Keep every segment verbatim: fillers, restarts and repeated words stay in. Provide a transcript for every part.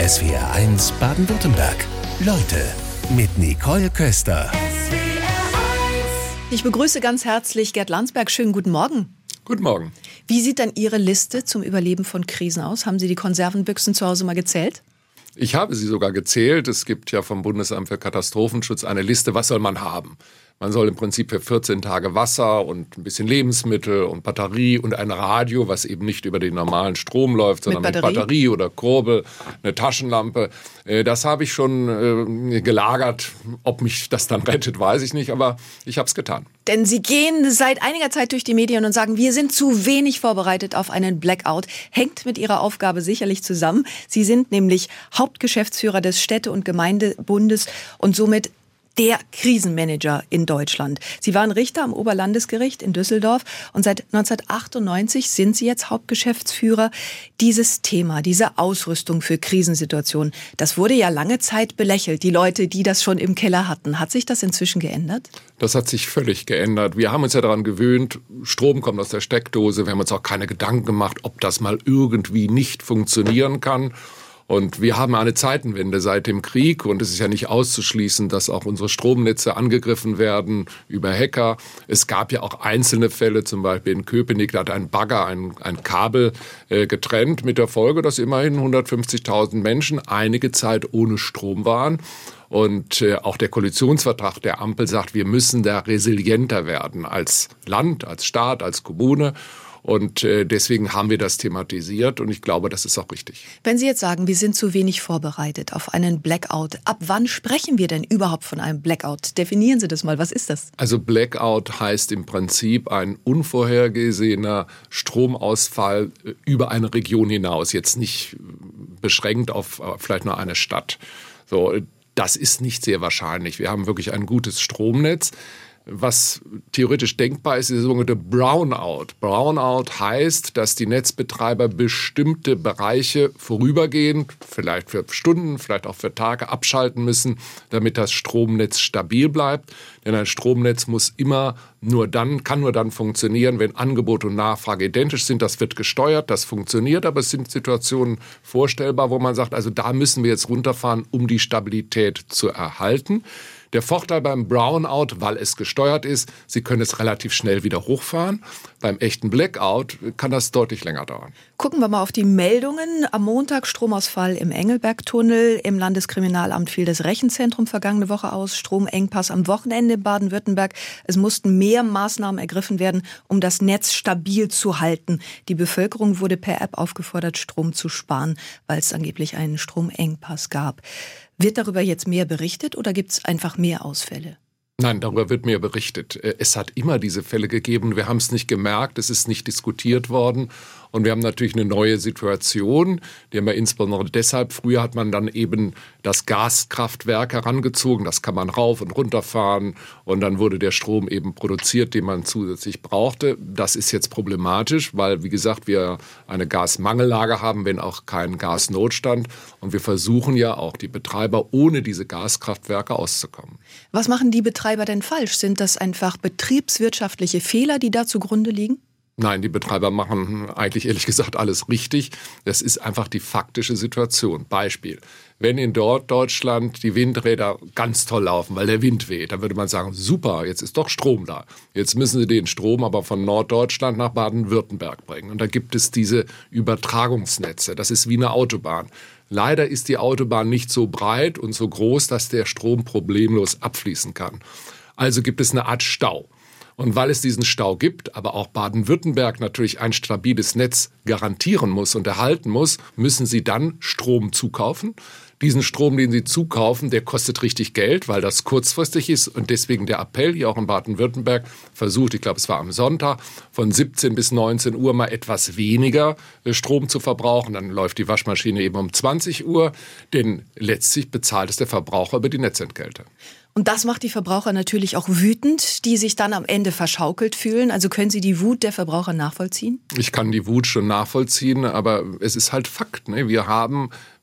S W R eins Baden-Württemberg. Leute mit Nicole Köster. Ich begrüße ganz herzlich Gerd Landsberg. Schönen guten Morgen. Guten Morgen. Wie sieht denn Ihre Liste zum Überleben von Krisen aus? Haben Sie die Konservenbüchsen zu Hause mal gezählt? Ich habe sie sogar gezählt. Es gibt ja vom Bundesamt für Katastrophenschutz eine Liste, was soll man haben. Man soll im Prinzip für vierzehn Tage Wasser und ein bisschen Lebensmittel und Batterie und ein Radio, was eben nicht über den normalen Strom läuft, sondern mit Batterie, mit Batterie oder Kurbel, eine Taschenlampe. Das habe ich schon äh, gelagert. Ob mich das dann rettet, weiß ich nicht, aber ich habe es getan. Denn Sie gehen seit einiger Zeit durch die Medien und sagen, wir sind zu wenig vorbereitet auf einen Blackout. Hängt mit Ihrer Aufgabe sicherlich zusammen. Sie sind nämlich Hauptgeschäftsführer des Städte- und Gemeindebundes und somit der Krisenmanager in Deutschland. Sie waren Richter am Oberlandesgericht in Düsseldorf und seit neunzehnhundertachtundneunzig sind Sie jetzt Hauptgeschäftsführer. Dieses Thema, diese Ausrüstung für Krisensituationen, das wurde ja lange Zeit belächelt. Die Leute, die das schon im Keller hatten. Hat sich das inzwischen geändert? Das hat sich völlig geändert. Wir haben uns ja daran gewöhnt, Strom kommt aus der Steckdose. Wir haben uns auch keine Gedanken gemacht, ob das mal irgendwie nicht funktionieren kann. Und wir haben eine Zeitenwende seit dem Krieg und es ist ja nicht auszuschließen, dass auch unsere Stromnetze angegriffen werden über Hacker. Es gab ja auch einzelne Fälle, zum Beispiel in Köpenick, da hat ein Bagger ein, ein Kabel äh, getrennt mit der Folge, dass immerhin hundertfünfzigtausend Menschen einige Zeit ohne Strom waren. Und äh, auch der Koalitionsvertrag der Ampel sagt, wir müssen da resilienter werden als Land, als Staat, als Kommune. Und äh, deswegen haben wir das thematisiert und ich glaube, das ist auch richtig. Wenn Sie jetzt sagen, wir sind zu wenig vorbereitet auf einen Blackout, ab wann sprechen wir denn überhaupt von einem Blackout? Definieren Sie das mal, was ist das? Also Blackout heißt im Prinzip ein unvorhergesehener Stromausfall über eine Region hinaus, jetzt nicht beschränkt auf vielleicht nur eine Stadt. So, das ist nicht sehr wahrscheinlich. Wir haben wirklich ein gutes Stromnetz. Was theoretisch denkbar ist, ist der sogenannte Brownout. Brownout heißt, dass die Netzbetreiber bestimmte Bereiche vorübergehend, vielleicht für Stunden, vielleicht auch für Tage, abschalten müssen, damit das Stromnetz stabil bleibt. Denn ein Stromnetz muss immer nur dann, kann nur dann funktionieren, wenn Angebot und Nachfrage identisch sind. Das wird gesteuert, das funktioniert, aber es sind Situationen vorstellbar, wo man sagt, also da müssen wir jetzt runterfahren, um die Stabilität zu erhalten. Der Vorteil beim Brownout, weil es gesteuert ist, Sie können es relativ schnell wieder hochfahren. Beim echten Blackout kann das deutlich länger dauern. Gucken wir mal auf die Meldungen. Am Montag Stromausfall im Engelbergtunnel. Im Landeskriminalamt fiel das Rechenzentrum vergangene Woche aus. Stromengpass am Wochenende in Baden-Württemberg. Es mussten mehr Maßnahmen ergriffen werden, um das Netz stabil zu halten. Die Bevölkerung wurde per App aufgefordert, Strom zu sparen, weil es angeblich einen Stromengpass gab. Wird darüber jetzt mehr berichtet oder gibt es einfach mehr Ausfälle? Nein, darüber wird mehr berichtet. Es hat immer diese Fälle gegeben. Wir haben es nicht gemerkt, es ist nicht diskutiert worden. Und wir haben natürlich eine neue Situation. Die haben wir insbesondere deshalb. Früher hat man dann eben das Gaskraftwerk herangezogen. Das kann man rauf und runter fahren. Und dann wurde der Strom eben produziert, den man zusätzlich brauchte. Das ist jetzt problematisch, weil, wie gesagt, wir eine Gasmangellage haben, wenn auch kein Gasnotstand. Und wir versuchen ja auch, die Betreiber ohne diese Gaskraftwerke auszukommen. Was machen die Betreiber denn falsch? Sind das einfach betriebswirtschaftliche Fehler, die da zugrunde liegen? Nein, die Betreiber machen eigentlich ehrlich gesagt alles richtig. Das ist einfach die faktische Situation. Beispiel, wenn in Norddeutschland die Windräder ganz toll laufen, weil der Wind weht, dann würde man sagen, super, jetzt ist doch Strom da. Jetzt müssen sie den Strom aber von Norddeutschland nach Baden-Württemberg bringen. Und da gibt es diese Übertragungsnetze. Das ist wie eine Autobahn. Leider ist die Autobahn nicht so breit und so groß, dass der Strom problemlos abfließen kann. Also gibt es eine Art Stau. Und weil es diesen Stau gibt, aber auch Baden-Württemberg natürlich ein stabiles Netz garantieren muss und erhalten muss, müssen sie dann Strom zukaufen. Diesen Strom, den sie zukaufen, der kostet richtig Geld, weil das kurzfristig ist. Und deswegen der Appell hier auch in Baden-Württemberg versucht, ich glaube es war am Sonntag, von siebzehn bis neunzehn Uhr mal etwas weniger Strom zu verbrauchen. Dann läuft die Waschmaschine eben um zwanzig Uhr. Denn letztlich bezahlt es der Verbraucher über die Netzentgelte. Und das macht die Verbraucher natürlich auch wütend, die sich dann am Ende verschaukelt fühlen. Also können Sie die Wut der Verbraucher nachvollziehen? Ich kann die Wut schon nachvollziehen, aber es ist halt Fakt, ne? Wir haben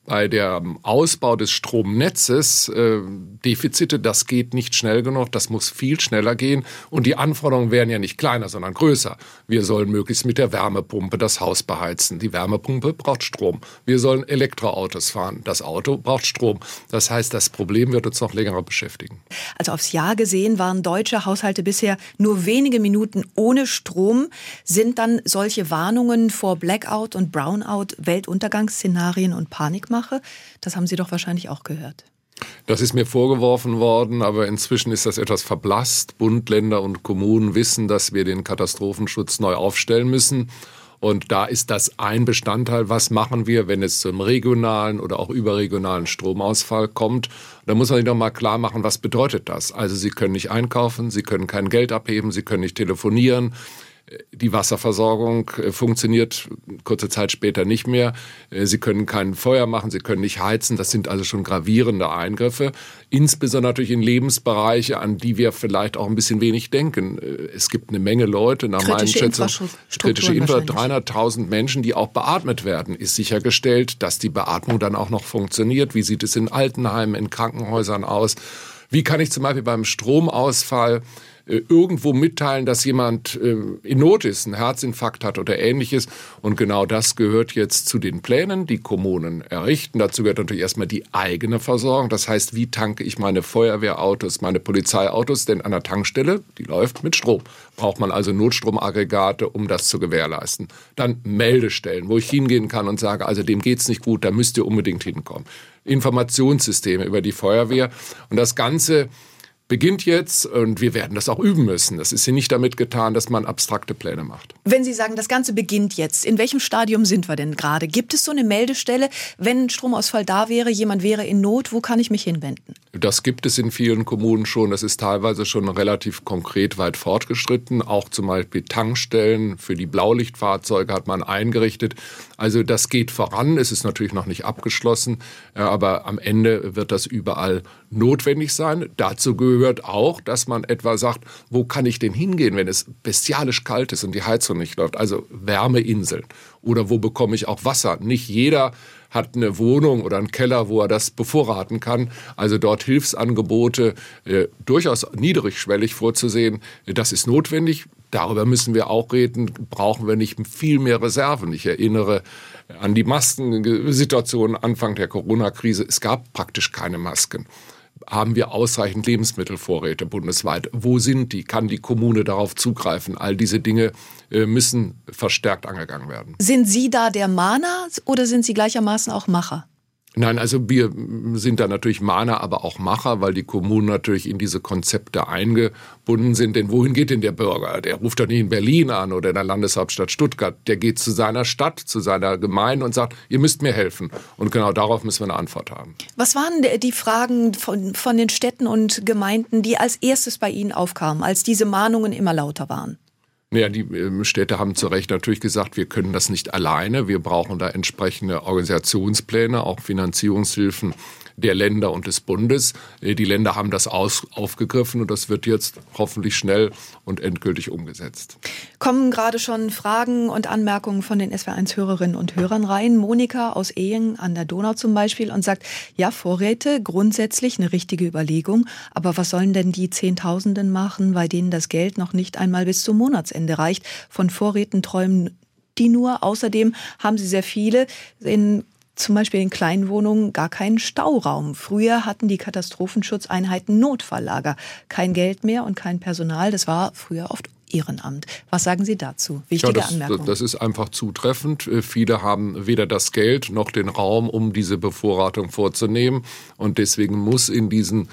bei dem Ausbau des Stromnetzes äh, Defizite. Das geht nicht schnell genug, das muss viel schneller gehen. Und die Anforderungen werden ja nicht kleiner, sondern größer. Wir sollen möglichst mit der Wärmepumpe das Haus beheizen. Die Wärmepumpe braucht Strom. Wir sollen Elektroautos fahren. Das Auto braucht Strom. Das heißt, das Problem wird uns noch länger beschäftigen. Also aufs Jahr gesehen waren deutsche Haushalte bisher nur wenige Minuten ohne Strom. Sind dann solche Warnungen vor Blackout und Brownout Weltuntergangsszenarien und Panikmache? Das haben Sie doch wahrscheinlich auch gehört. Das ist mir vorgeworfen worden, aber inzwischen ist das etwas verblasst. Bund, Länder und Kommunen wissen, dass wir den Katastrophenschutz neu aufstellen müssen. Und da ist das ein Bestandteil, was machen wir, wenn es zum regionalen oder auch überregionalen Stromausfall kommt. Da muss man sich doch mal klar machen, was bedeutet das? Also Sie können nicht einkaufen, Sie können kein Geld abheben, Sie können nicht telefonieren. Die Wasserversorgung funktioniert kurze Zeit später nicht mehr. Sie können kein Feuer machen, Sie können nicht heizen. Das sind also schon gravierende Eingriffe. Insbesondere natürlich in Lebensbereiche, an die wir vielleicht auch ein bisschen wenig denken. Es gibt eine Menge Leute, nach meinen Schätzungen, kritische Infrastruktur, dreihunderttausend Menschen, die auch beatmet werden. Ist sichergestellt, dass die Beatmung dann auch noch funktioniert? Wie sieht es in Altenheimen, in Krankenhäusern aus? Wie kann ich zum Beispiel beim Stromausfall irgendwo mitteilen, dass jemand in Not ist, einen Herzinfarkt hat oder Ähnliches. Und genau das gehört jetzt zu den Plänen, die Kommunen errichten. Dazu gehört natürlich erstmal die eigene Versorgung. Das heißt, wie tanke ich meine Feuerwehrautos, meine Polizeiautos? Denn an der Tankstelle, die läuft mit Strom. Braucht man also Notstromaggregate, um das zu gewährleisten. Dann Meldestellen, wo ich hingehen kann und sage, also dem geht's nicht gut, da müsst ihr unbedingt hinkommen. Informationssysteme über die Feuerwehr. Und das Ganze beginnt jetzt und wir werden das auch üben müssen. Das ist hier nicht damit getan, dass man abstrakte Pläne macht. Wenn Sie sagen, das Ganze beginnt jetzt, in welchem Stadium sind wir denn gerade? Gibt es so eine Meldestelle, wenn ein Stromausfall da wäre, jemand wäre in Not, wo kann ich mich hinwenden? Das gibt es in vielen Kommunen schon. Das ist teilweise schon relativ konkret weit fortgeschritten. Auch zum Beispiel Tankstellen für die Blaulichtfahrzeuge hat man eingerichtet. Also das geht voran. Es ist natürlich noch nicht abgeschlossen, aber am Ende wird das überall notwendig sein. Dazu gehört auch, dass man etwa sagt, wo kann ich denn hingehen, wenn es bestialisch kalt ist und die Heizung nicht läuft? Also Wärmeinseln. Oder wo bekomme ich auch Wasser? Nicht jeder hat eine Wohnung oder einen Keller, wo er das bevorraten kann. Also dort Hilfsangebote äh, durchaus niedrigschwellig vorzusehen, das ist notwendig. Darüber müssen wir auch reden. Brauchen wir nicht viel mehr Reserven? Ich erinnere an die Maskensituation Anfang der Corona-Krise. Es gab praktisch keine Masken. Haben wir ausreichend Lebensmittelvorräte bundesweit? Wo sind die? Kann die Kommune darauf zugreifen? All diese Dinge äh, müssen verstärkt angegangen werden. Sind Sie da der Mahner oder sind Sie gleichermaßen auch Macher? Nein, also wir sind da natürlich Mahner, aber auch Macher, weil die Kommunen natürlich in diese Konzepte eingebunden sind. Denn wohin geht denn der Bürger? Der ruft doch nicht in Berlin an oder in der Landeshauptstadt Stuttgart. Der geht zu seiner Stadt, zu seiner Gemeinde und sagt, ihr müsst mir helfen. Und genau darauf müssen wir eine Antwort haben. Was waren die Fragen von, von den Städten und Gemeinden, die als erstes bei Ihnen aufkamen, als diese Mahnungen immer lauter waren? Naja, die Städte haben zu Recht natürlich gesagt, wir können das nicht alleine. Wir brauchen da entsprechende Organisationspläne, auch Finanzierungshilfen der Länder und des Bundes. Die Länder haben das aus, aufgegriffen und das wird jetzt hoffentlich schnell und endgültig umgesetzt. Kommen gerade schon Fragen und Anmerkungen von den S W R eins Hörerinnen und Hörern rein. Monika aus Ehingen an der Donau zum Beispiel und sagt, ja, Vorräte, grundsätzlich eine richtige Überlegung, aber was sollen denn die Zehntausenden machen, bei denen das Geld noch nicht einmal bis zum Monatsende reicht? Von Vorräten träumen die nur. Außerdem haben sie sehr viele in zum Beispiel in kleinen Wohnungen gar keinen Stauraum. Früher hatten die Katastrophenschutzeinheiten Notfalllager. Kein Geld mehr und kein Personal. Das war früher oft Ehrenamt. Was sagen Sie dazu? Wichtige ja, das, Anmerkung. Das ist einfach zutreffend. Viele haben weder das Geld noch den Raum, um diese Bevorratung vorzunehmen. Und deswegen muss in diesen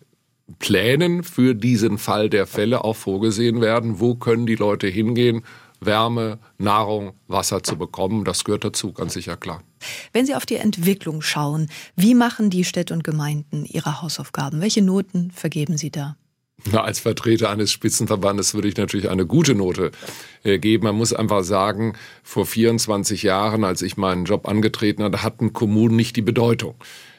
Plänen für diesen Fall der Fälle auch vorgesehen werden, wo können die Leute hingehen, Wärme, Nahrung, Wasser zu bekommen. Das gehört dazu, ganz sicher, klar. Wenn Sie auf die Entwicklung schauen, wie machen die Städte und Gemeinden ihre Hausaufgaben? Welche Noten vergeben Sie da? Na, als Vertreter eines Spitzenverbandes würde ich natürlich eine gute Note äh, geben. Man muss einfach sagen, vor vierundzwanzig Jahren, als ich meinen Job angetreten hatte, hatten Kommunen nicht die Bedeutung.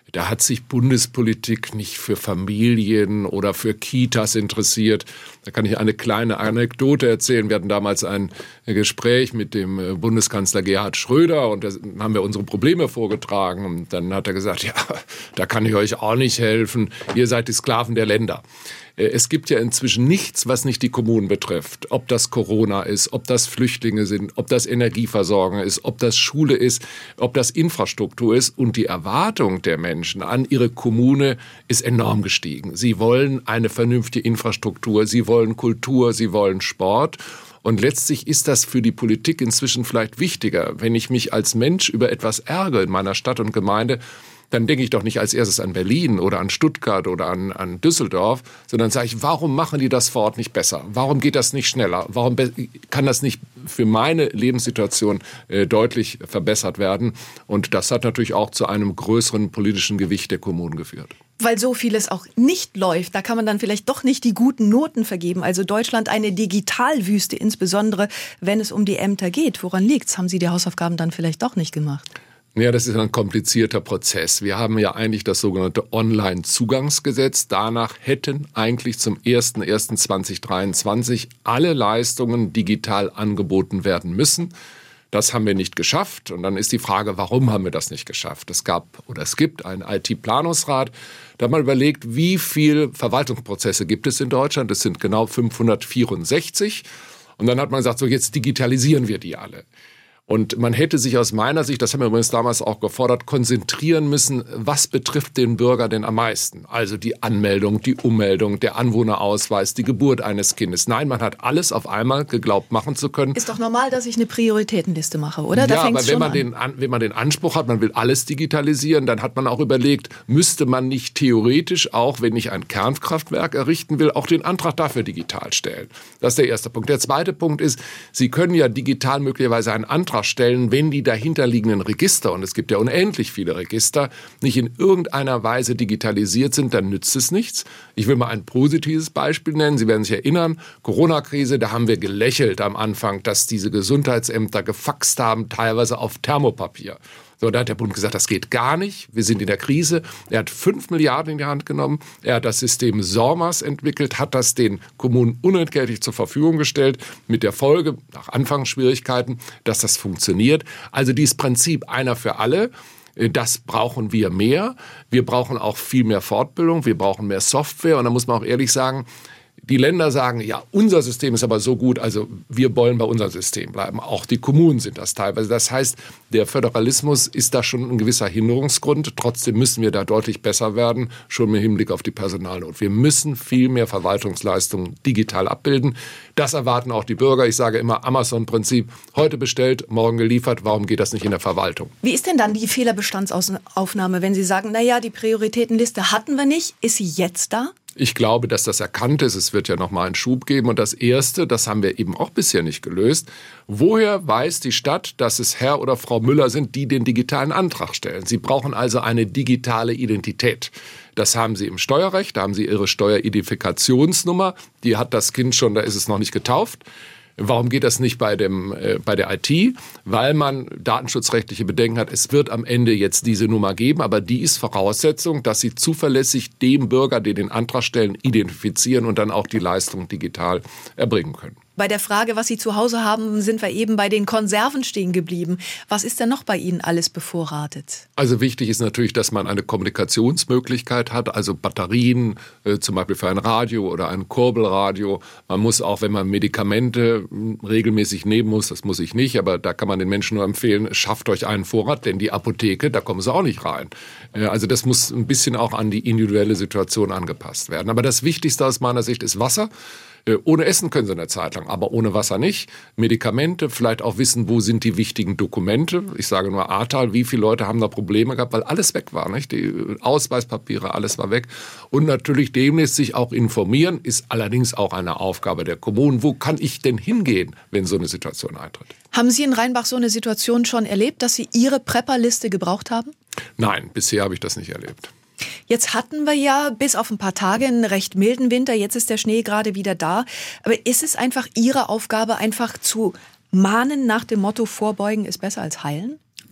Da hat sich Bundespolitik nicht für Familien oder für Kitas interessiert. Da kann ich eine kleine Anekdote erzählen. Wir hatten damals ein Gespräch mit dem Bundeskanzler Gerhard Schröder und da haben wir unsere Probleme vorgetragen. Und dann hat er gesagt, ja, da kann ich euch auch nicht helfen. Ihr seid die Sklaven der Länder. Es gibt ja inzwischen nichts, was nicht die Kommunen betrifft. Ob das Corona ist, ob das Flüchtlinge sind, ob das Energieversorgung ist, ob das Schule ist, ob das Infrastruktur ist. Und die Erwartung der Menschen an ihre Kommune ist enorm gestiegen. Sie wollen eine vernünftige Infrastruktur, sie wollen Kultur, sie wollen Sport. Und letztlich ist das für die Politik inzwischen vielleicht wichtiger. Wenn ich mich als Mensch über etwas ärgere in meiner Stadt und Gemeinde, dann denke ich doch nicht als erstes an Berlin oder an Stuttgart oder an, an Düsseldorf, sondern sage ich, warum machen die das vor Ort nicht besser? Warum geht das nicht schneller? Warum kann das nicht für meine Lebenssituation äh, deutlich verbessert werden? Und das hat natürlich auch zu einem größeren politischen Gewicht der Kommunen geführt. Weil so vieles auch nicht läuft, da kann man dann vielleicht doch nicht die guten Noten vergeben. Also Deutschland eine Digitalwüste, insbesondere wenn es um die Ämter geht. Woran liegt's? Haben Sie die Hausaufgaben dann vielleicht doch nicht gemacht? Ja, das ist ein komplizierter Prozess. Wir haben ja eigentlich das sogenannte Online-Zugangsgesetz. Danach hätten eigentlich zum ersten ersten zweitausenddreiundzwanzig alle Leistungen digital angeboten werden müssen. Das haben wir nicht geschafft. Und dann ist die Frage, warum haben wir das nicht geschafft? Es gab oder es gibt einen I T-Planungsrat. Da hat man überlegt, wie viele Verwaltungsprozesse gibt es in Deutschland? Das sind genau fünfhundertvierundsechzig. Und dann hat man gesagt, so jetzt digitalisieren wir die alle. Und man hätte sich aus meiner Sicht, das haben wir übrigens damals auch gefordert, konzentrieren müssen, was betrifft den Bürger denn am meisten? Also die Anmeldung, die Ummeldung, der Anwohnerausweis, die Geburt eines Kindes. Nein, man hat alles auf einmal geglaubt machen zu können. Ist doch normal, dass ich eine Prioritätenliste mache, oder? Da ja, aber wenn schon man, an. den, wenn man den Anspruch hat, man will alles digitalisieren, dann hat man auch überlegt, müsste man nicht theoretisch auch, wenn ich ein Kernkraftwerk errichten will, auch den Antrag dafür digital stellen? Das ist der erste Punkt. Der zweite Punkt ist, Sie können ja digital möglicherweise einen Antrag stellen, wenn die dahinterliegenden Register, und es gibt ja unendlich viele Register, nicht in irgendeiner Weise digitalisiert sind, dann nützt es nichts. Ich will mal ein positives Beispiel nennen. Sie werden sich erinnern, Corona-Krise, da haben wir gelächelt am Anfang, dass diese Gesundheitsämter gefaxt haben, teilweise auf Thermopapier. So, da hat der Bund gesagt, das geht gar nicht. Wir sind in der Krise. Er hat fünf Milliarden in die Hand genommen. Er hat das System SORMAS entwickelt, hat das den Kommunen unentgeltlich zur Verfügung gestellt, mit der Folge, nach Anfangsschwierigkeiten, dass das funktioniert. Also dieses Prinzip einer für alle, das brauchen wir mehr. Wir brauchen auch viel mehr Fortbildung. Wir brauchen mehr Software. Und da muss man auch ehrlich sagen, die Länder sagen, ja, unser System ist aber so gut, also wir wollen bei unserem System bleiben. Auch die Kommunen sind das teilweise. Das heißt, der Föderalismus ist da schon ein gewisser Hinderungsgrund. Trotzdem müssen wir da deutlich besser werden, schon im Hinblick auf die Personalnot. Wir müssen viel mehr Verwaltungsleistungen digital abbilden. Das erwarten auch die Bürger. Ich sage immer, Amazon-Prinzip, heute bestellt, morgen geliefert. Warum geht das nicht in der Verwaltung? Wie ist denn dann die Fehlerbestandsaufnahme, wenn Sie sagen, naja, die Prioritätenliste hatten wir nicht, ist sie jetzt da? Ich glaube, dass das erkannt ist. Es wird ja noch mal einen Schub geben. Und das Erste, das haben wir eben auch bisher nicht gelöst. Woher weiß die Stadt, dass es Herr oder Frau Müller sind, die den digitalen Antrag stellen? Sie brauchen also eine digitale Identität. Das haben Sie im Steuerrecht. Da haben Sie Ihre Steueridentifikationsnummer. Die hat das Kind schon, da ist es noch nicht getauft. Warum geht das nicht bei, dem, äh, bei der I T? Weil man datenschutzrechtliche Bedenken hat. Es wird am Ende jetzt diese Nummer geben, aber die ist Voraussetzung, dass Sie zuverlässig dem Bürger, den den Antrag stellen, identifizieren und dann auch die Leistung digital erbringen können. Bei der Frage, was Sie zu Hause haben, sind wir eben bei den Konserven stehen geblieben. Was ist denn noch bei Ihnen alles bevorratet? Also wichtig ist natürlich, dass man eine Kommunikationsmöglichkeit hat, also Batterien, äh, zum Beispiel für ein Radio oder ein Kurbelradio. Man muss auch, wenn man Medikamente regelmäßig nehmen muss, das muss ich nicht, aber da kann man den Menschen nur empfehlen, schafft euch einen Vorrat, denn die Apotheke, da kommen sie auch nicht rein. Äh, also das muss ein bisschen auch an die individuelle Situation angepasst werden. Aber das Wichtigste aus meiner Sicht ist Wasser. Ohne Essen können sie eine Zeit lang, aber ohne Wasser nicht. Medikamente, vielleicht auch wissen, wo sind die wichtigen Dokumente. Ich sage nur Ahrtal, wie viele Leute haben da Probleme gehabt, weil alles weg war, nicht? Die Ausweispapiere, alles war weg. Und natürlich demnächst sich auch informieren, ist allerdings auch eine Aufgabe der Kommunen. Wo kann ich denn hingehen, wenn so eine Situation eintritt? Haben Sie in Rheinbach so eine Situation schon erlebt, dass Sie Ihre Prepperliste gebraucht haben? Nein, bisher habe ich das nicht erlebt. Jetzt hatten wir ja bis auf ein paar Tage einen recht milden Winter. Jetzt ist der Schnee gerade wieder da. Aber ist es einfach Ihre Aufgabe, einfach zu mahnen nach dem Motto, Vorbeugen ist besser als heilen?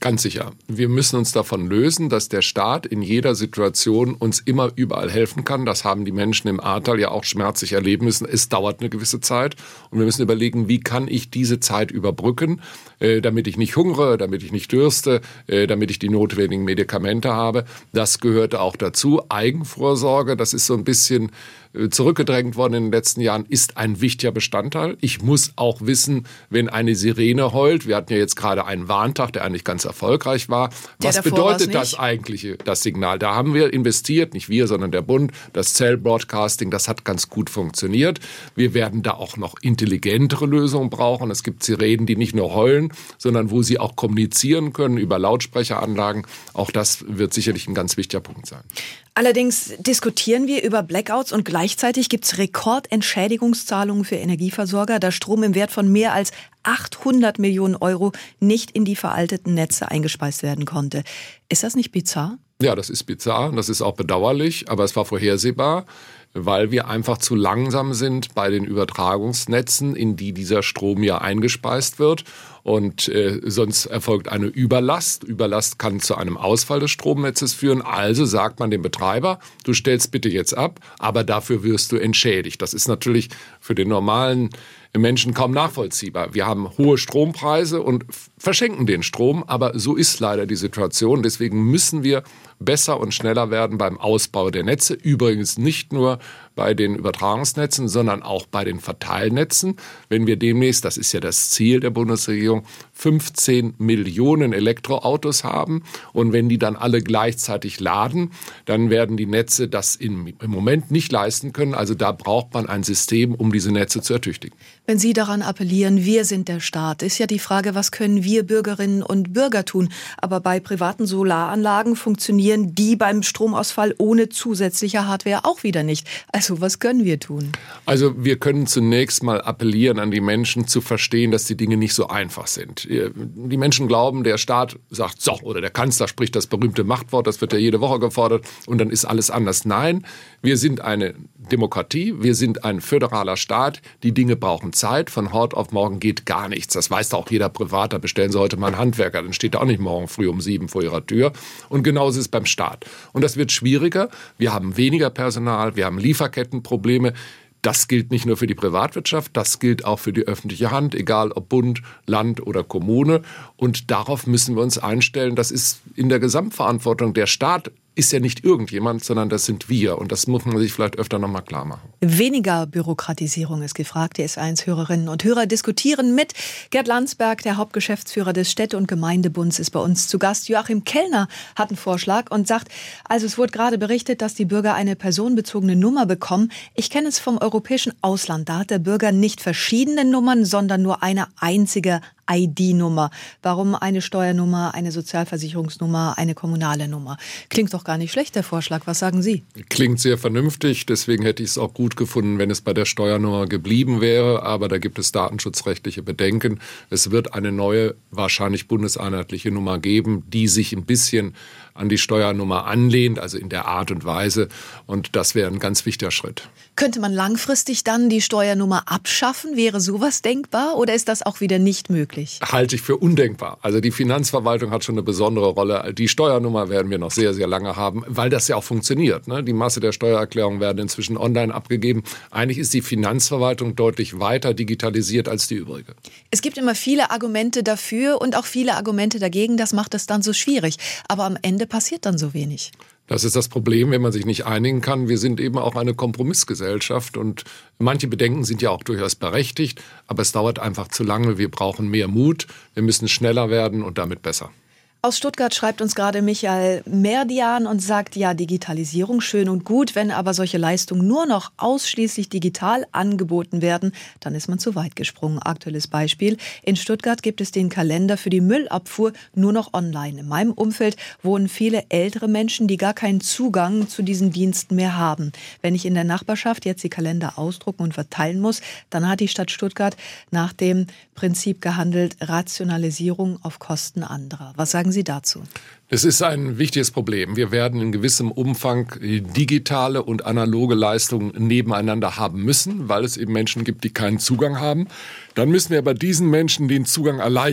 Ganz sicher. Wir müssen uns davon lösen, dass der Staat in jeder Situation uns immer überall helfen kann. Das haben die Menschen im Ahrtal ja auch schmerzlich erleben müssen. Es dauert eine gewisse Zeit und wir müssen überlegen, wie kann ich diese Zeit überbrücken, äh, damit ich nicht hungere, damit ich nicht dürste, äh, damit ich die notwendigen Medikamente habe. Das gehört auch dazu. Eigenvorsorge, das ist so ein bisschen zurückgedrängt worden in den letzten Jahren, ist ein wichtiger Bestandteil. Ich muss auch wissen, wenn eine Sirene heult, wir hatten ja jetzt gerade einen Warntag, der eigentlich ganz erfolgreich war. Was bedeutet das eigentliche, das Signal? Da haben wir investiert, nicht wir, sondern der Bund, das Cell Broadcasting, das hat ganz gut funktioniert. Wir werden da auch noch intelligentere Lösungen brauchen. Es gibt Sirenen, die nicht nur heulen, sondern wo sie auch kommunizieren können über Lautsprecheranlagen. Auch das wird sicherlich ein ganz wichtiger Punkt sein. Allerdings diskutieren wir über Blackouts und gleichzeitig gibt es Rekordentschädigungszahlungen für Energieversorger, da Strom im Wert von mehr als achthundert Millionen Euro nicht in die veralteten Netze eingespeist werden konnte. Ist das nicht bizarr? Ja, das ist bizarr und das ist auch bedauerlich, aber es war vorhersehbar, weil wir einfach zu langsam sind bei den Übertragungsnetzen, in die dieser Strom ja eingespeist wird. Und äh, sonst erfolgt eine Überlast. Überlast kann zu einem Ausfall des Stromnetzes führen. Also sagt man dem Betreiber, du stellst bitte jetzt ab, aber dafür wirst du entschädigt. Das ist natürlich für den normalen Menschen kaum nachvollziehbar. Wir haben hohe Strompreise und verschenken den Strom, aber so ist leider die Situation. Deswegen müssen wir besser und schneller werden beim Ausbau der Netze. Übrigens nicht nur bei den Übertragungsnetzen, sondern auch bei den Verteilnetzen. Wenn wir demnächst, das ist ja das Ziel der Bundesregierung, fünfzehn Millionen Elektroautos haben und wenn die dann alle gleichzeitig laden, dann werden die Netze das im, im Moment nicht leisten können. Also da braucht man ein System, um diese Netze zu ertüchtigen. Wenn Sie daran appellieren, wir sind der Staat, ist ja die Frage, was können wir Bürgerinnen und Bürger tun? Aber bei privaten Solaranlagen funktionieren die beim Stromausfall ohne zusätzliche Hardware auch wieder nicht. Also was können wir tun? Also wir können zunächst mal appellieren an die Menschen zu verstehen, dass die Dinge nicht so einfach sind. Die Menschen glauben, der Staat sagt so, oder der Kanzler spricht das berühmte Machtwort, das wird ja jede Woche gefordert und dann ist alles anders. Nein, wir sind eine Demokratie, wir sind ein föderaler Staat, die Dinge brauchen Zeit, von heute auf morgen geht gar nichts. Das weiß auch jeder Privat, da bestellen Sie heute mal einen Handwerker, dann steht er auch nicht morgen früh um sieben vor Ihrer Tür. Und genauso ist es beim Staat. Und das wird schwieriger, wir haben weniger Personal, wir haben Lieferkettenprobleme. Das gilt nicht nur für die Privatwirtschaft, das gilt auch für die öffentliche Hand, egal ob Bund, Land oder Kommune. Und darauf müssen wir uns einstellen. Das ist in der Gesamtverantwortung. Der Staat ist ja nicht irgendjemand, sondern das sind wir. Und das muss man sich vielleicht öfter noch mal klar machen. Weniger Bürokratisierung ist gefragt. Die S eins Hörerinnen und Hörer diskutieren mit. Gerd Landsberg, der Hauptgeschäftsführer des Städte- und Gemeindebunds, ist bei uns zu Gast. Joachim Kellner hat einen Vorschlag und sagt, also es wurde gerade berichtet, dass die Bürger eine personenbezogene Nummer bekommen. Ich kenne es vom europäischen Ausland. Da hat der Bürger nicht verschiedene Nummern, sondern nur eine einzige I D-Nummer. Warum eine Steuernummer, eine Sozialversicherungsnummer, eine kommunale Nummer? Klingt doch gar nicht schlecht, der Vorschlag. Was sagen Sie? Klingt sehr vernünftig. Deswegen hätte ich es auch gut gefunden, wenn es bei der Steuernummer geblieben wäre. Aber da gibt es datenschutzrechtliche Bedenken. Es wird eine neue, wahrscheinlich bundeseinheitliche Nummer geben, die sich ein bisschen an die Steuernummer anlehnt, also in der Art und Weise. Und das wäre ein ganz wichtiger Schritt. Könnte man langfristig dann die Steuernummer abschaffen? Wäre sowas denkbar oder ist das auch wieder nicht möglich? Halte ich für undenkbar. Also die Finanzverwaltung hat schon eine besondere Rolle. Die Steuernummer werden wir noch sehr, sehr lange haben, weil das ja auch funktioniert. Ne? Die Masse der Steuererklärungen werden inzwischen online abgegeben. Eigentlich ist die Finanzverwaltung deutlich weiter digitalisiert als die übrige. Es gibt immer viele Argumente dafür und auch viele Argumente dagegen. Das macht es dann so schwierig. Aber am Ende passiert dann so wenig. Das ist das Problem, wenn man sich nicht einigen kann. Wir sind eben auch eine Kompromissgesellschaft und manche Bedenken sind ja auch durchaus berechtigt, aber es dauert einfach zu lange. Wir brauchen mehr Mut, wir müssen schneller werden und damit besser. Aus Stuttgart schreibt uns gerade Michael Merdian und sagt, ja, Digitalisierung schön und gut, wenn aber solche Leistungen nur noch ausschließlich digital angeboten werden, dann ist man zu weit gesprungen. Aktuelles Beispiel, in Stuttgart gibt es den Kalender für die Müllabfuhr nur noch online. In meinem Umfeld wohnen viele ältere Menschen, die gar keinen Zugang zu diesen Diensten mehr haben. Wenn ich in der Nachbarschaft jetzt die Kalender ausdrucken und verteilen muss, dann hat die Stadt Stuttgart nach dem Prinzip gehandelt, Rationalisierung auf Kosten anderer. Was sagen Sie dazu? Es ist ein wichtiges Problem. Wir werden in gewissem Umfang digitale und analoge Leistungen nebeneinander haben müssen, weil es eben Menschen gibt, die keinen Zugang haben. Dann müssen wir aber diesen Menschen den Zugang erleichtern.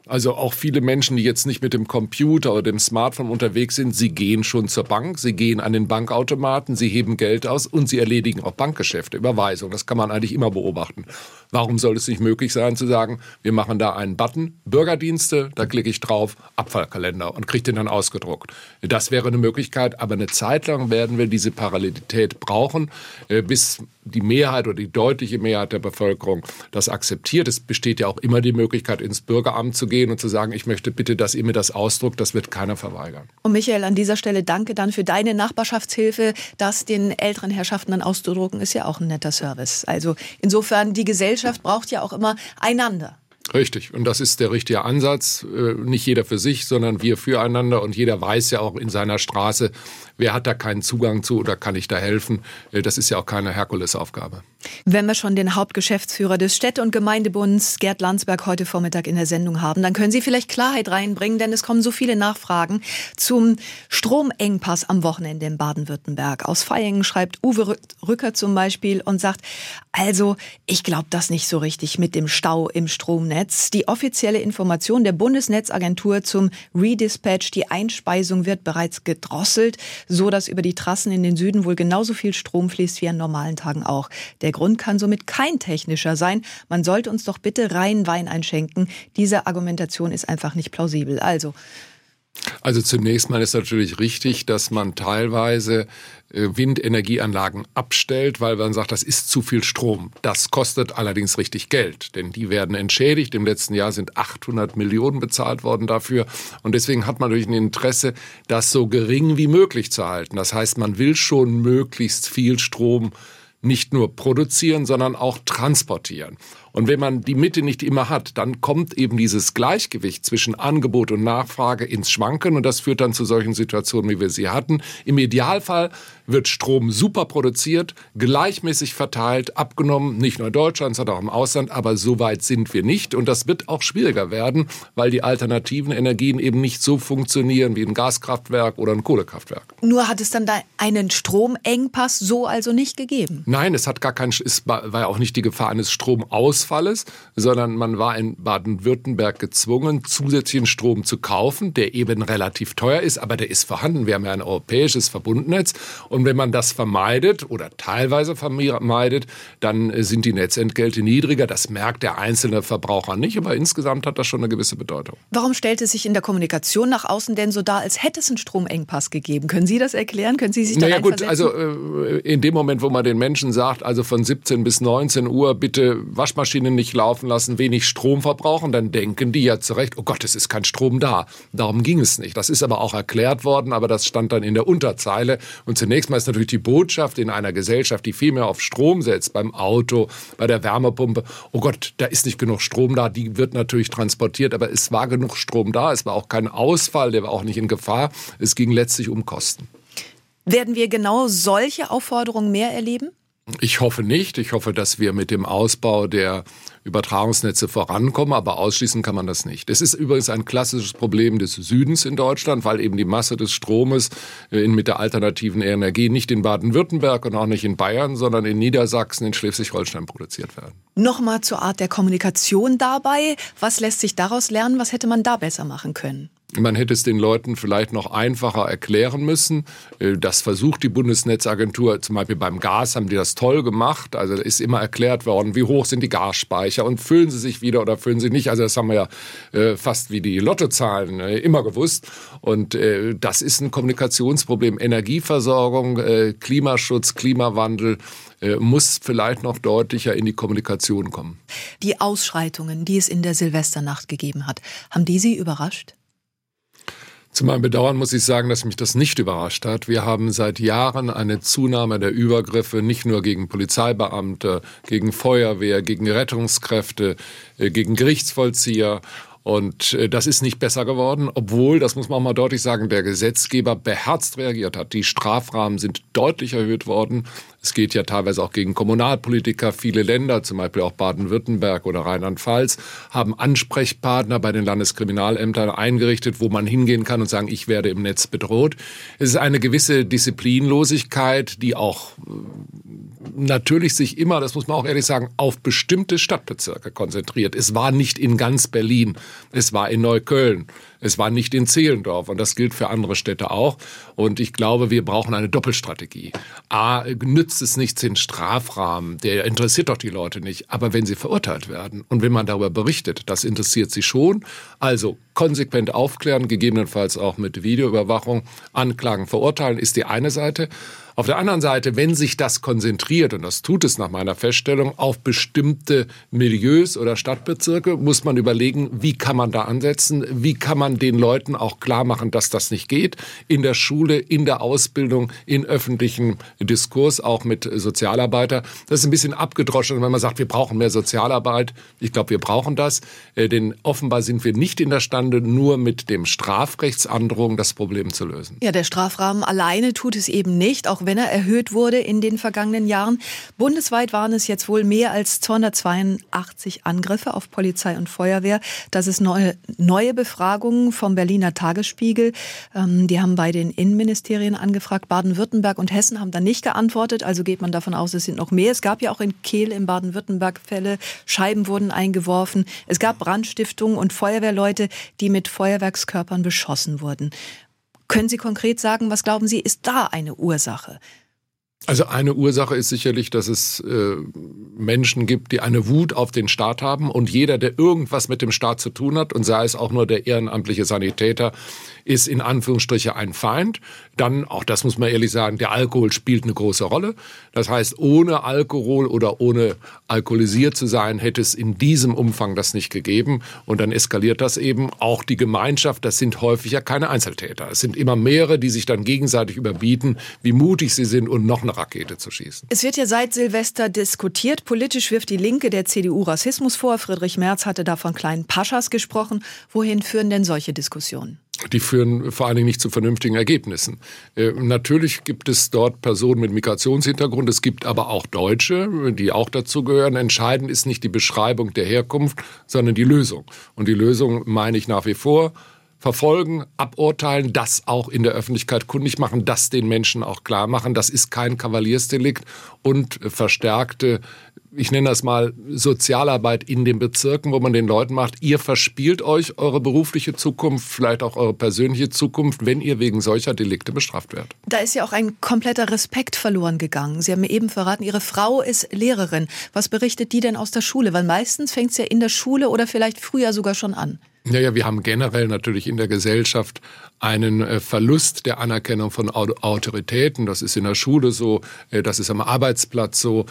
Also auch viele Menschen, die jetzt nicht mit dem Computer oder dem Smartphone unterwegs sind, sie gehen schon zur Bank, sie gehen an den Bankautomaten, sie heben Geld aus und sie erledigen auch Bankgeschäfte, Überweisungen. Das kann man eigentlich immer beobachten. Warum soll es nicht möglich sein zu sagen, wir machen da einen Button, Bürgerdienste, da klicke ich drauf, Abfallkalender und kriege den dann ausgedruckt. Das wäre eine Möglichkeit, aber eine Zeit lang werden wir diese Parallelität brauchen, bis die Mehrheit oder die deutliche Mehrheit der Bevölkerung das akzeptiert. Es besteht ja auch immer die Möglichkeit, ins Bürgeramt zu gehen und zu sagen, ich möchte bitte, dass ihr mir das ausdruckt. Das wird keiner verweigern. Und Michael, an dieser Stelle danke dann für deine Nachbarschaftshilfe. Das den älteren Herrschaften dann auszudrucken, ist ja auch ein netter Service. Also insofern, die Gesellschaft braucht ja auch immer einander. Richtig. Und das ist der richtige Ansatz. Nicht jeder für sich, sondern wir füreinander. Und jeder weiß ja auch in seiner Straße, wer hat da keinen Zugang zu oder kann ich da helfen. Das ist ja auch keine Herkulesaufgabe. Wenn wir schon den Hauptgeschäftsführer des Städte- und Gemeindebunds, Gerd Landsberg, heute Vormittag in der Sendung haben, dann können Sie vielleicht Klarheit reinbringen, denn es kommen so viele Nachfragen zum Stromengpass am Wochenende in Baden-Württemberg. Aus Vaihingen schreibt Uwe Rücker zum Beispiel und sagt, also ich glaube das nicht so richtig mit dem Stau im Stromnetz. Die offizielle Information der Bundesnetzagentur zum Redispatch, die Einspeisung wird bereits gedrosselt, so dass über die Trassen in den Süden wohl genauso viel Strom fließt wie an normalen Tagen auch. Der Grund kann somit kein technischer sein. Man sollte uns doch bitte reinen Wein einschenken. Diese Argumentation ist einfach nicht plausibel. Also, Also zunächst mal ist natürlich richtig, dass man teilweise Windenergieanlagen abstellt, weil man sagt, das ist zu viel Strom. Das kostet allerdings richtig Geld, denn die werden entschädigt. Im letzten Jahr sind achthundert Millionen bezahlt worden dafür. Und deswegen hat man natürlich ein Interesse, das so gering wie möglich zu halten. Das heißt, man will schon möglichst viel Strom nicht nur produzieren, sondern auch transportieren. Und wenn man die Mitte nicht immer hat, dann kommt eben dieses Gleichgewicht zwischen Angebot und Nachfrage ins Schwanken und das führt dann zu solchen Situationen, wie wir sie hatten. Im Idealfall wird Strom super produziert, gleichmäßig verteilt, abgenommen, nicht nur in Deutschland, sondern auch im Ausland, aber so weit sind wir nicht und das wird auch schwieriger werden, weil die alternativen Energien eben nicht so funktionieren wie ein Gaskraftwerk oder ein Kohlekraftwerk. Nur hat es dann da einen Stromengpass so also nicht gegeben? Nein, es hat gar kein, es war ja auch nicht die Gefahr eines Stromausfalles, sondern man war in Baden-Württemberg gezwungen, zusätzlichen Strom zu kaufen, der eben relativ teuer ist, aber der ist vorhanden. Wir haben ja ein europäisches Verbundnetz und wenn man das vermeidet oder teilweise vermeidet, dann sind die Netzentgelte niedriger. Das merkt der einzelne Verbraucher nicht, aber insgesamt hat das schon eine gewisse Bedeutung. Warum stellt es sich in der Kommunikation nach außen denn so dar, als hätte es einen Stromengpass gegeben? Können Sie das erklären? Können Sie sich da naja, gut, reinversetzen? also in dem Moment, wo man den Menschen sagt, also von siebzehn bis neunzehn Uhr bitte Waschmaschinen nicht laufen lassen, wenig Strom verbrauchen, dann denken die ja zurecht, oh Gott, es ist kein Strom da. Darum ging es nicht. Das ist aber auch erklärt worden, aber das stand dann in der Unterzeile. Und zunächst mal ist natürlich die Botschaft in einer Gesellschaft, die viel mehr auf Strom setzt, beim Auto, bei der Wärmepumpe, oh Gott, da ist nicht genug Strom da, die wird natürlich transportiert, aber es war genug Strom da, es war auch kein Ausfall, der war auch nicht in Gefahr. Es ging letztlich um Kosten. Werden wir genau solche Aufforderungen mehr erleben? Ich hoffe nicht. Ich hoffe, dass wir mit dem Ausbau der Übertragungsnetze vorankommen, aber ausschließen kann man das nicht. Es ist übrigens ein klassisches Problem des Südens in Deutschland, weil eben die Masse des Stromes in, mit der alternativen Energie nicht in Baden-Württemberg und auch nicht in Bayern, sondern in Niedersachsen, in Schleswig-Holstein produziert werden. Nochmal zur Art der Kommunikation dabei. Was lässt sich daraus lernen? Was hätte man da besser machen können? Man hätte es den Leuten vielleicht noch einfacher erklären müssen. Das versucht die Bundesnetzagentur, zum Beispiel beim Gas haben die das toll gemacht. Also da ist immer erklärt worden, wie hoch sind die Gasspeicher und füllen sie sich wieder oder füllen sie nicht. Also das haben wir ja äh, fast wie die Lottozahlen äh, immer gewusst. Und äh, das ist ein Kommunikationsproblem. Energieversorgung, äh, Klimaschutz, Klimawandel äh, muss vielleicht noch deutlicher in die Kommunikation kommen. Die Ausschreitungen, die es in der Silvesternacht gegeben hat, haben die Sie überrascht? Zu meinem Bedauern muss ich sagen, dass mich das nicht überrascht hat. Wir haben seit Jahren eine Zunahme der Übergriffe, nicht nur gegen Polizeibeamte, gegen Feuerwehr, gegen Rettungskräfte, gegen Gerichtsvollzieher. Und das ist nicht besser geworden, obwohl, das muss man auch mal deutlich sagen, der Gesetzgeber beherzt reagiert hat. Die Strafrahmen sind deutlich erhöht worden. Es geht ja teilweise auch gegen Kommunalpolitiker. Viele Länder, zum Beispiel auch Baden-Württemberg oder Rheinland-Pfalz, haben Ansprechpartner bei den Landeskriminalämtern eingerichtet, wo man hingehen kann und sagen, ich werde im Netz bedroht. Es ist eine gewisse Disziplinlosigkeit, die auch natürlich sich immer, das muss man auch ehrlich sagen, auf bestimmte Stadtbezirke konzentriert. Es war nicht in ganz Berlin, es war in Neukölln, es war nicht in Zehlendorf und das gilt für andere Städte auch. Und ich glaube, wir brauchen eine Doppelstrategie. A, nützt es nichts den Strafrahmen, der interessiert doch die Leute nicht. Aber wenn sie verurteilt werden und wenn man darüber berichtet, das interessiert sie schon. Also konsequent aufklären, gegebenenfalls auch mit Videoüberwachung, anklagen, verurteilen ist die eine Seite. Auf der anderen Seite, wenn sich das konzentriert, und das tut es nach meiner Feststellung, auf bestimmte Milieus oder Stadtbezirke, muss man überlegen, wie kann man da ansetzen, wie kann man den Leuten auch klar machen, dass das nicht geht, in der Schule, in der Ausbildung, in öffentlichem Diskurs, auch mit Sozialarbeiter. Das ist ein bisschen abgedroschen, wenn man sagt, wir brauchen mehr Sozialarbeit. Ich glaube, wir brauchen das, denn offenbar sind wir nicht in der Stande, nur mit dem Strafrechtsandrohung das Problem zu lösen. Ja, der Strafrahmen alleine tut es eben nicht, auch wenn er erhöht wurde in den vergangenen Jahren. Bundesweit waren es jetzt wohl mehr als zweihundertzweiundachtzig Angriffe auf Polizei und Feuerwehr. Das ist neue, neue Befragungen vom Berliner Tagesspiegel. Ähm, die haben bei den Innenministerien angefragt. Baden-Württemberg und Hessen haben da nicht geantwortet. Also geht man davon aus, es sind noch mehr. Es gab ja auch in Kehl in Baden-Württemberg Fälle. Scheiben wurden eingeworfen. Es gab Brandstiftungen und Feuerwehrleute, die mit Feuerwerkskörpern beschossen wurden. Können Sie konkret sagen, was glauben Sie, ist da eine Ursache? Also eine Ursache ist sicherlich, dass es äh, Menschen gibt, die eine Wut auf den Staat haben und jeder, der irgendwas mit dem Staat zu tun hat und sei es auch nur der ehrenamtliche Sanitäter, ist in Anführungsstriche ein Feind. Dann, auch das muss man ehrlich sagen, der Alkohol spielt eine große Rolle. Das heißt, ohne Alkohol oder ohne alkoholisiert zu sein, hätte es in diesem Umfang das nicht gegeben. Und dann eskaliert das eben. Auch die Gemeinschaft, das sind häufig ja keine Einzeltäter. Es sind immer mehrere, die sich dann gegenseitig überbieten, wie mutig sie sind und noch eine Rakete zu schießen. Es wird ja seit Silvester diskutiert. Politisch wirft die Linke der C D U Rassismus vor. Friedrich Merz hatte da von kleinen Paschas gesprochen. Wohin führen denn solche Diskussionen? Die führen vor allen Dingen nicht zu vernünftigen Ergebnissen. Äh, natürlich gibt es dort Personen mit Migrationshintergrund, es gibt aber auch Deutsche, die auch dazu gehören. Entscheidend ist nicht die Beschreibung der Herkunft, sondern die Lösung. Und die Lösung meine ich nach wie vor: verfolgen, aburteilen, das auch in der Öffentlichkeit kundig machen, das den Menschen auch klar machen. Das ist kein Kavaliersdelikt und verstärkte, ich nenne das mal Sozialarbeit in den Bezirken, wo man den Leuten macht, ihr verspielt euch eure berufliche Zukunft, vielleicht auch eure persönliche Zukunft, wenn ihr wegen solcher Delikte bestraft werdet. Da ist ja auch ein kompletter Respekt verloren gegangen. Sie haben mir eben verraten, Ihre Frau ist Lehrerin. Was berichtet die denn aus der Schule? Weil meistens fängt es ja in der Schule oder vielleicht früher sogar schon an. Ja, ja, wir haben generell natürlich in der Gesellschaft einen Verlust der Anerkennung von Autoritäten. Das ist in der Schule so, das ist am Arbeitsplatz so.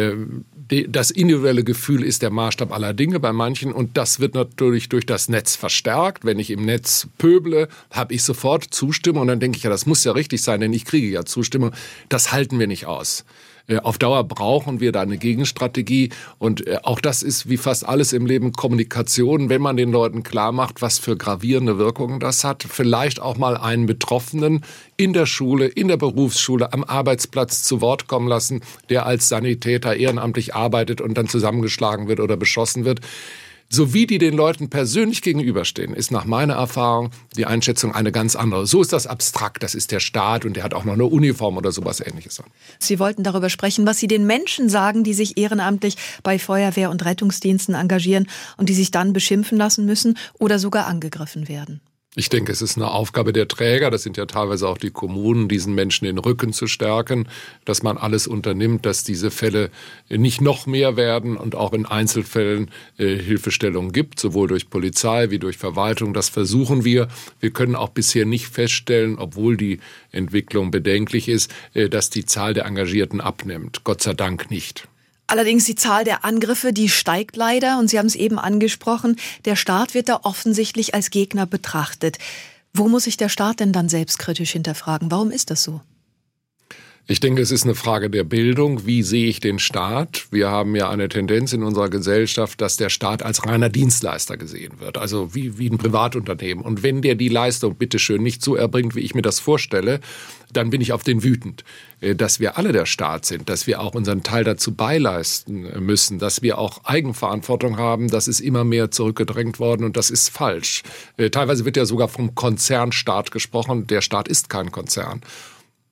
Das individuelle Gefühl ist der Maßstab aller Dinge bei manchen und das wird natürlich durch das Netz verstärkt. Wenn ich im Netz pöble, habe ich sofort Zustimmung und dann denke ich, ja, das muss ja richtig sein, denn ich kriege ja Zustimmung. Das halten wir nicht aus. Auf Dauer brauchen wir da eine Gegenstrategie und auch das ist wie fast alles im Leben Kommunikation, wenn man den Leuten klar macht, was für gravierende Wirkungen das hat. Vielleicht auch mal einen Betroffenen in der Schule, in der Berufsschule, am Arbeitsplatz zu Wort kommen lassen, der als Sanitäter ehrenamtlich arbeitet und dann zusammengeschlagen wird oder beschossen wird. So wie die den Leuten persönlich gegenüberstehen, ist nach meiner Erfahrung die Einschätzung eine ganz andere. So ist das abstrakt, das ist der Staat und der hat auch noch eine Uniform oder sowas Ähnliches an. Sie wollten darüber sprechen, was Sie den Menschen sagen, die sich ehrenamtlich bei Feuerwehr- und Rettungsdiensten engagieren und die sich dann beschimpfen lassen müssen oder sogar angegriffen werden. Ich denke, es ist eine Aufgabe der Träger, das sind ja teilweise auch die Kommunen, diesen Menschen den Rücken zu stärken, dass man alles unternimmt, dass diese Fälle nicht noch mehr werden und auch in Einzelfällen äh, Hilfestellungen gibt, sowohl durch Polizei wie durch Verwaltung. Das versuchen wir. Wir können auch bisher nicht feststellen, obwohl die Entwicklung bedenklich ist, äh, dass die Zahl der Engagierten abnimmt. Gott sei Dank nicht. Allerdings die Zahl der Angriffe, die steigt leider und Sie haben es eben angesprochen, der Staat wird da offensichtlich als Gegner betrachtet. Wo muss sich der Staat denn dann selbstkritisch hinterfragen? Warum ist das so? Ich denke, es ist eine Frage der Bildung. Wie sehe ich den Staat? Wir haben ja eine Tendenz in unserer Gesellschaft, dass der Staat als reiner Dienstleister gesehen wird, also wie, wie ein Privatunternehmen. Und wenn der die Leistung bitteschön nicht so erbringt, wie ich mir das vorstelle, dann bin ich auf den wütend. Dass wir alle der Staat sind, dass wir auch unseren Teil dazu beileisten müssen, dass wir auch Eigenverantwortung haben, das ist immer mehr zurückgedrängt worden und das ist falsch. Teilweise wird ja sogar vom Konzernstaat gesprochen. Der Staat ist kein Konzern.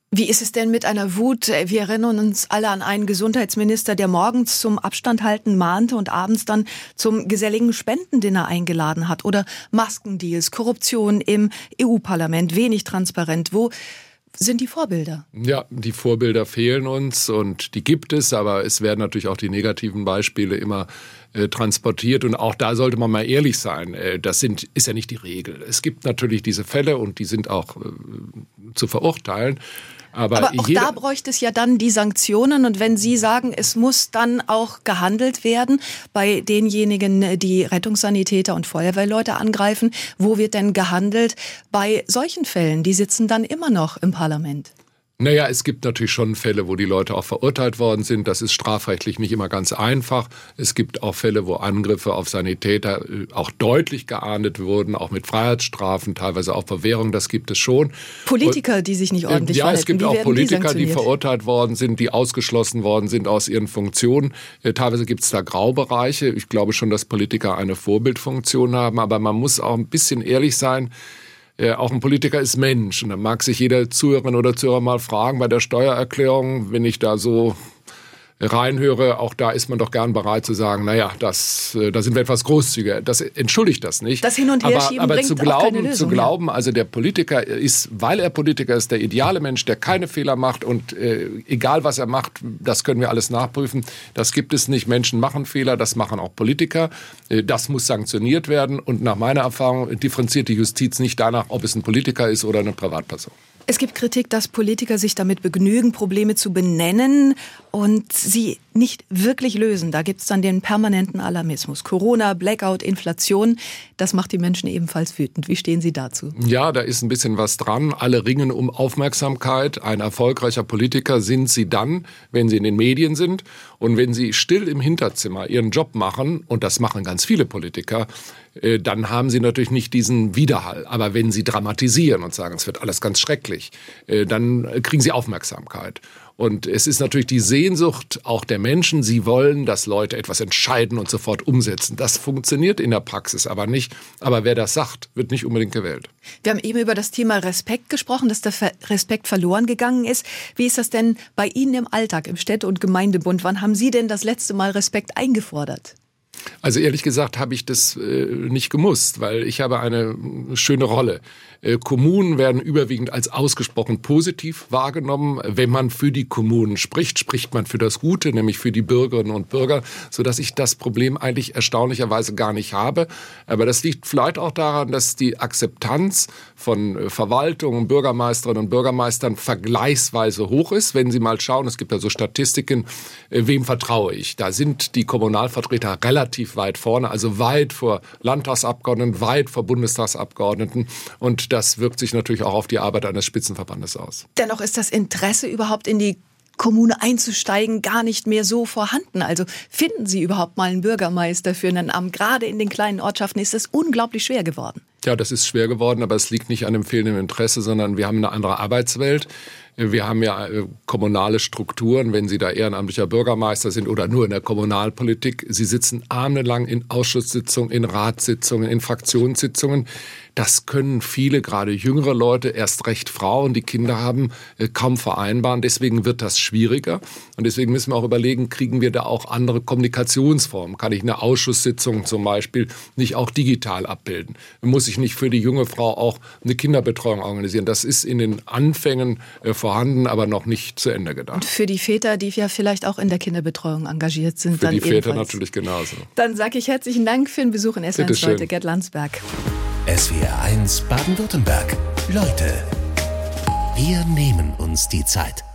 Wie ist es denn mit einer Wut? Wir erinnern uns alle an einen Gesundheitsminister, der morgens zum Abstandhalten mahnte und abends dann zum geselligen Spendendinner eingeladen hat. Oder Maskendeals, Korruption im E U-Parlament, wenig transparent. Wo sind die Vorbilder? Ja, die Vorbilder fehlen uns und die gibt es, aber es werden natürlich auch die negativen Beispiele immer äh, transportiert und auch da sollte man mal ehrlich sein. Äh, das sind, ist ja nicht die Regel. Es gibt natürlich diese Fälle und die sind auch äh, zu verurteilen. Aber, Aber auch jeder, da bräuchte es ja dann die Sanktionen. Und wenn Sie sagen, es muss dann auch gehandelt werden bei denjenigen, die Rettungssanitäter und Feuerwehrleute angreifen, wo wird denn gehandelt bei solchen Fällen? Die sitzen dann immer noch im Parlament. Naja, es gibt natürlich schon Fälle, wo die Leute auch verurteilt worden sind. Das ist strafrechtlich nicht immer ganz einfach. Es gibt auch Fälle, wo Angriffe auf Sanitäter auch deutlich geahndet wurden, auch mit Freiheitsstrafen, teilweise auch Verwehrung. Das gibt es schon. Politiker, die sich nicht ordentlich ja, verhalten. Ja, es gibt Wie auch Politiker, die, die verurteilt worden sind, die ausgeschlossen worden sind aus ihren Funktionen. Teilweise gibt es da Graubereiche. Ich glaube schon, dass Politiker eine Vorbildfunktion haben. Aber man muss auch ein bisschen ehrlich sein. Äh, auch ein Politiker ist Mensch und dann mag sich jeder Zuhörerin oder Zuhörer mal fragen bei der Steuererklärung, wenn ich da so reinhöre, auch da ist man doch gern bereit zu sagen, naja, das, da sind wir etwas großzügiger. Das entschuldigt das nicht. Das Hin- und Herschieben aber, aber bringt zu auch glauben, keine Lösung. zu glauben, also der Politiker ist, weil er Politiker ist, der ideale Mensch, der keine Fehler macht und äh, egal was er macht, das können wir alles nachprüfen. Das gibt es nicht. Menschen machen Fehler, das machen auch Politiker. Äh, das muss sanktioniert werden und nach meiner Erfahrung differenziert die Justiz nicht danach, ob es ein Politiker ist oder eine Privatperson. Es gibt Kritik, dass Politiker sich damit begnügen, Probleme zu benennen und sie nicht wirklich lösen. Da gibt es dann den permanenten Alarmismus. Corona, Blackout, Inflation, das macht die Menschen ebenfalls wütend. Wie stehen Sie dazu? Ja, da ist ein bisschen was dran. Alle ringen um Aufmerksamkeit. Ein erfolgreicher Politiker sind sie dann, wenn sie in den Medien sind und wenn sie still im Hinterzimmer ihren Job machen, und das machen ganz viele Politiker, dann haben sie natürlich nicht diesen Widerhall. Aber wenn sie dramatisieren und sagen, es wird alles ganz schrecklich, dann kriegen sie Aufmerksamkeit. Und es ist natürlich die Sehnsucht auch der Menschen, sie wollen, dass Leute etwas entscheiden und sofort umsetzen. Das funktioniert in der Praxis aber nicht. Aber wer das sagt, wird nicht unbedingt gewählt. Wir haben eben über das Thema Respekt gesprochen, dass der Respekt verloren gegangen ist. Wie ist das denn bei Ihnen im Alltag, im Städte- und Gemeindebund? Wann haben Sie denn das letzte Mal Respekt eingefordert? Also ehrlich gesagt habe ich das äh, nicht gemusst, weil ich habe eine schöne Rolle. Äh, Kommunen werden überwiegend als ausgesprochen positiv wahrgenommen. Wenn man für die Kommunen spricht, spricht man für das Gute, nämlich für die Bürgerinnen und Bürger, sodass ich das Problem eigentlich erstaunlicherweise gar nicht habe. Aber das liegt vielleicht auch daran, dass die Akzeptanz von Verwaltungen, Bürgermeisterinnen und Bürgermeistern vergleichsweise hoch ist. Wenn Sie mal schauen, es gibt ja so Statistiken, äh, wem vertraue ich? Da sind die Kommunalvertreter relativ weit vorne, also weit vor Landtagsabgeordneten, weit vor Bundestagsabgeordneten. Und das wirkt sich natürlich auch auf die Arbeit eines Spitzenverbandes aus. Dennoch ist das Interesse, überhaupt in die Kommune einzusteigen, gar nicht mehr so vorhanden. Also finden Sie überhaupt mal einen Bürgermeister für einen Amt? Gerade in den kleinen Ortschaften ist es unglaublich schwer geworden. Ja, das ist schwer geworden, aber es liegt nicht an dem fehlenden Interesse, sondern wir haben eine andere Arbeitswelt. Wir haben ja kommunale Strukturen, wenn Sie da ehrenamtlicher Bürgermeister sind oder nur in der Kommunalpolitik. Sie sitzen abendlang in Ausschusssitzungen, in Ratssitzungen, in Fraktionssitzungen. Das können viele, gerade jüngere Leute, erst recht Frauen, die Kinder haben, kaum vereinbaren. Deswegen wird das schwieriger. Und deswegen müssen wir auch überlegen, kriegen wir da auch andere Kommunikationsformen? Kann ich eine Ausschusssitzung zum Beispiel nicht auch digital abbilden? Muss ich nicht für die junge Frau auch eine Kinderbetreuung organisieren? Das ist in den Anfängen äh, vorhanden, aber noch nicht zu Ende gedacht. Und für die Väter, die ja vielleicht auch in der Kinderbetreuung engagiert sind, für dann die Väter ebenfalls. Natürlich genauso. Dann sage ich herzlichen Dank für den Besuch in S W R eins heute, Gerd Landsberg. S W R eins Baden-Württemberg. Leute, wir nehmen uns die Zeit.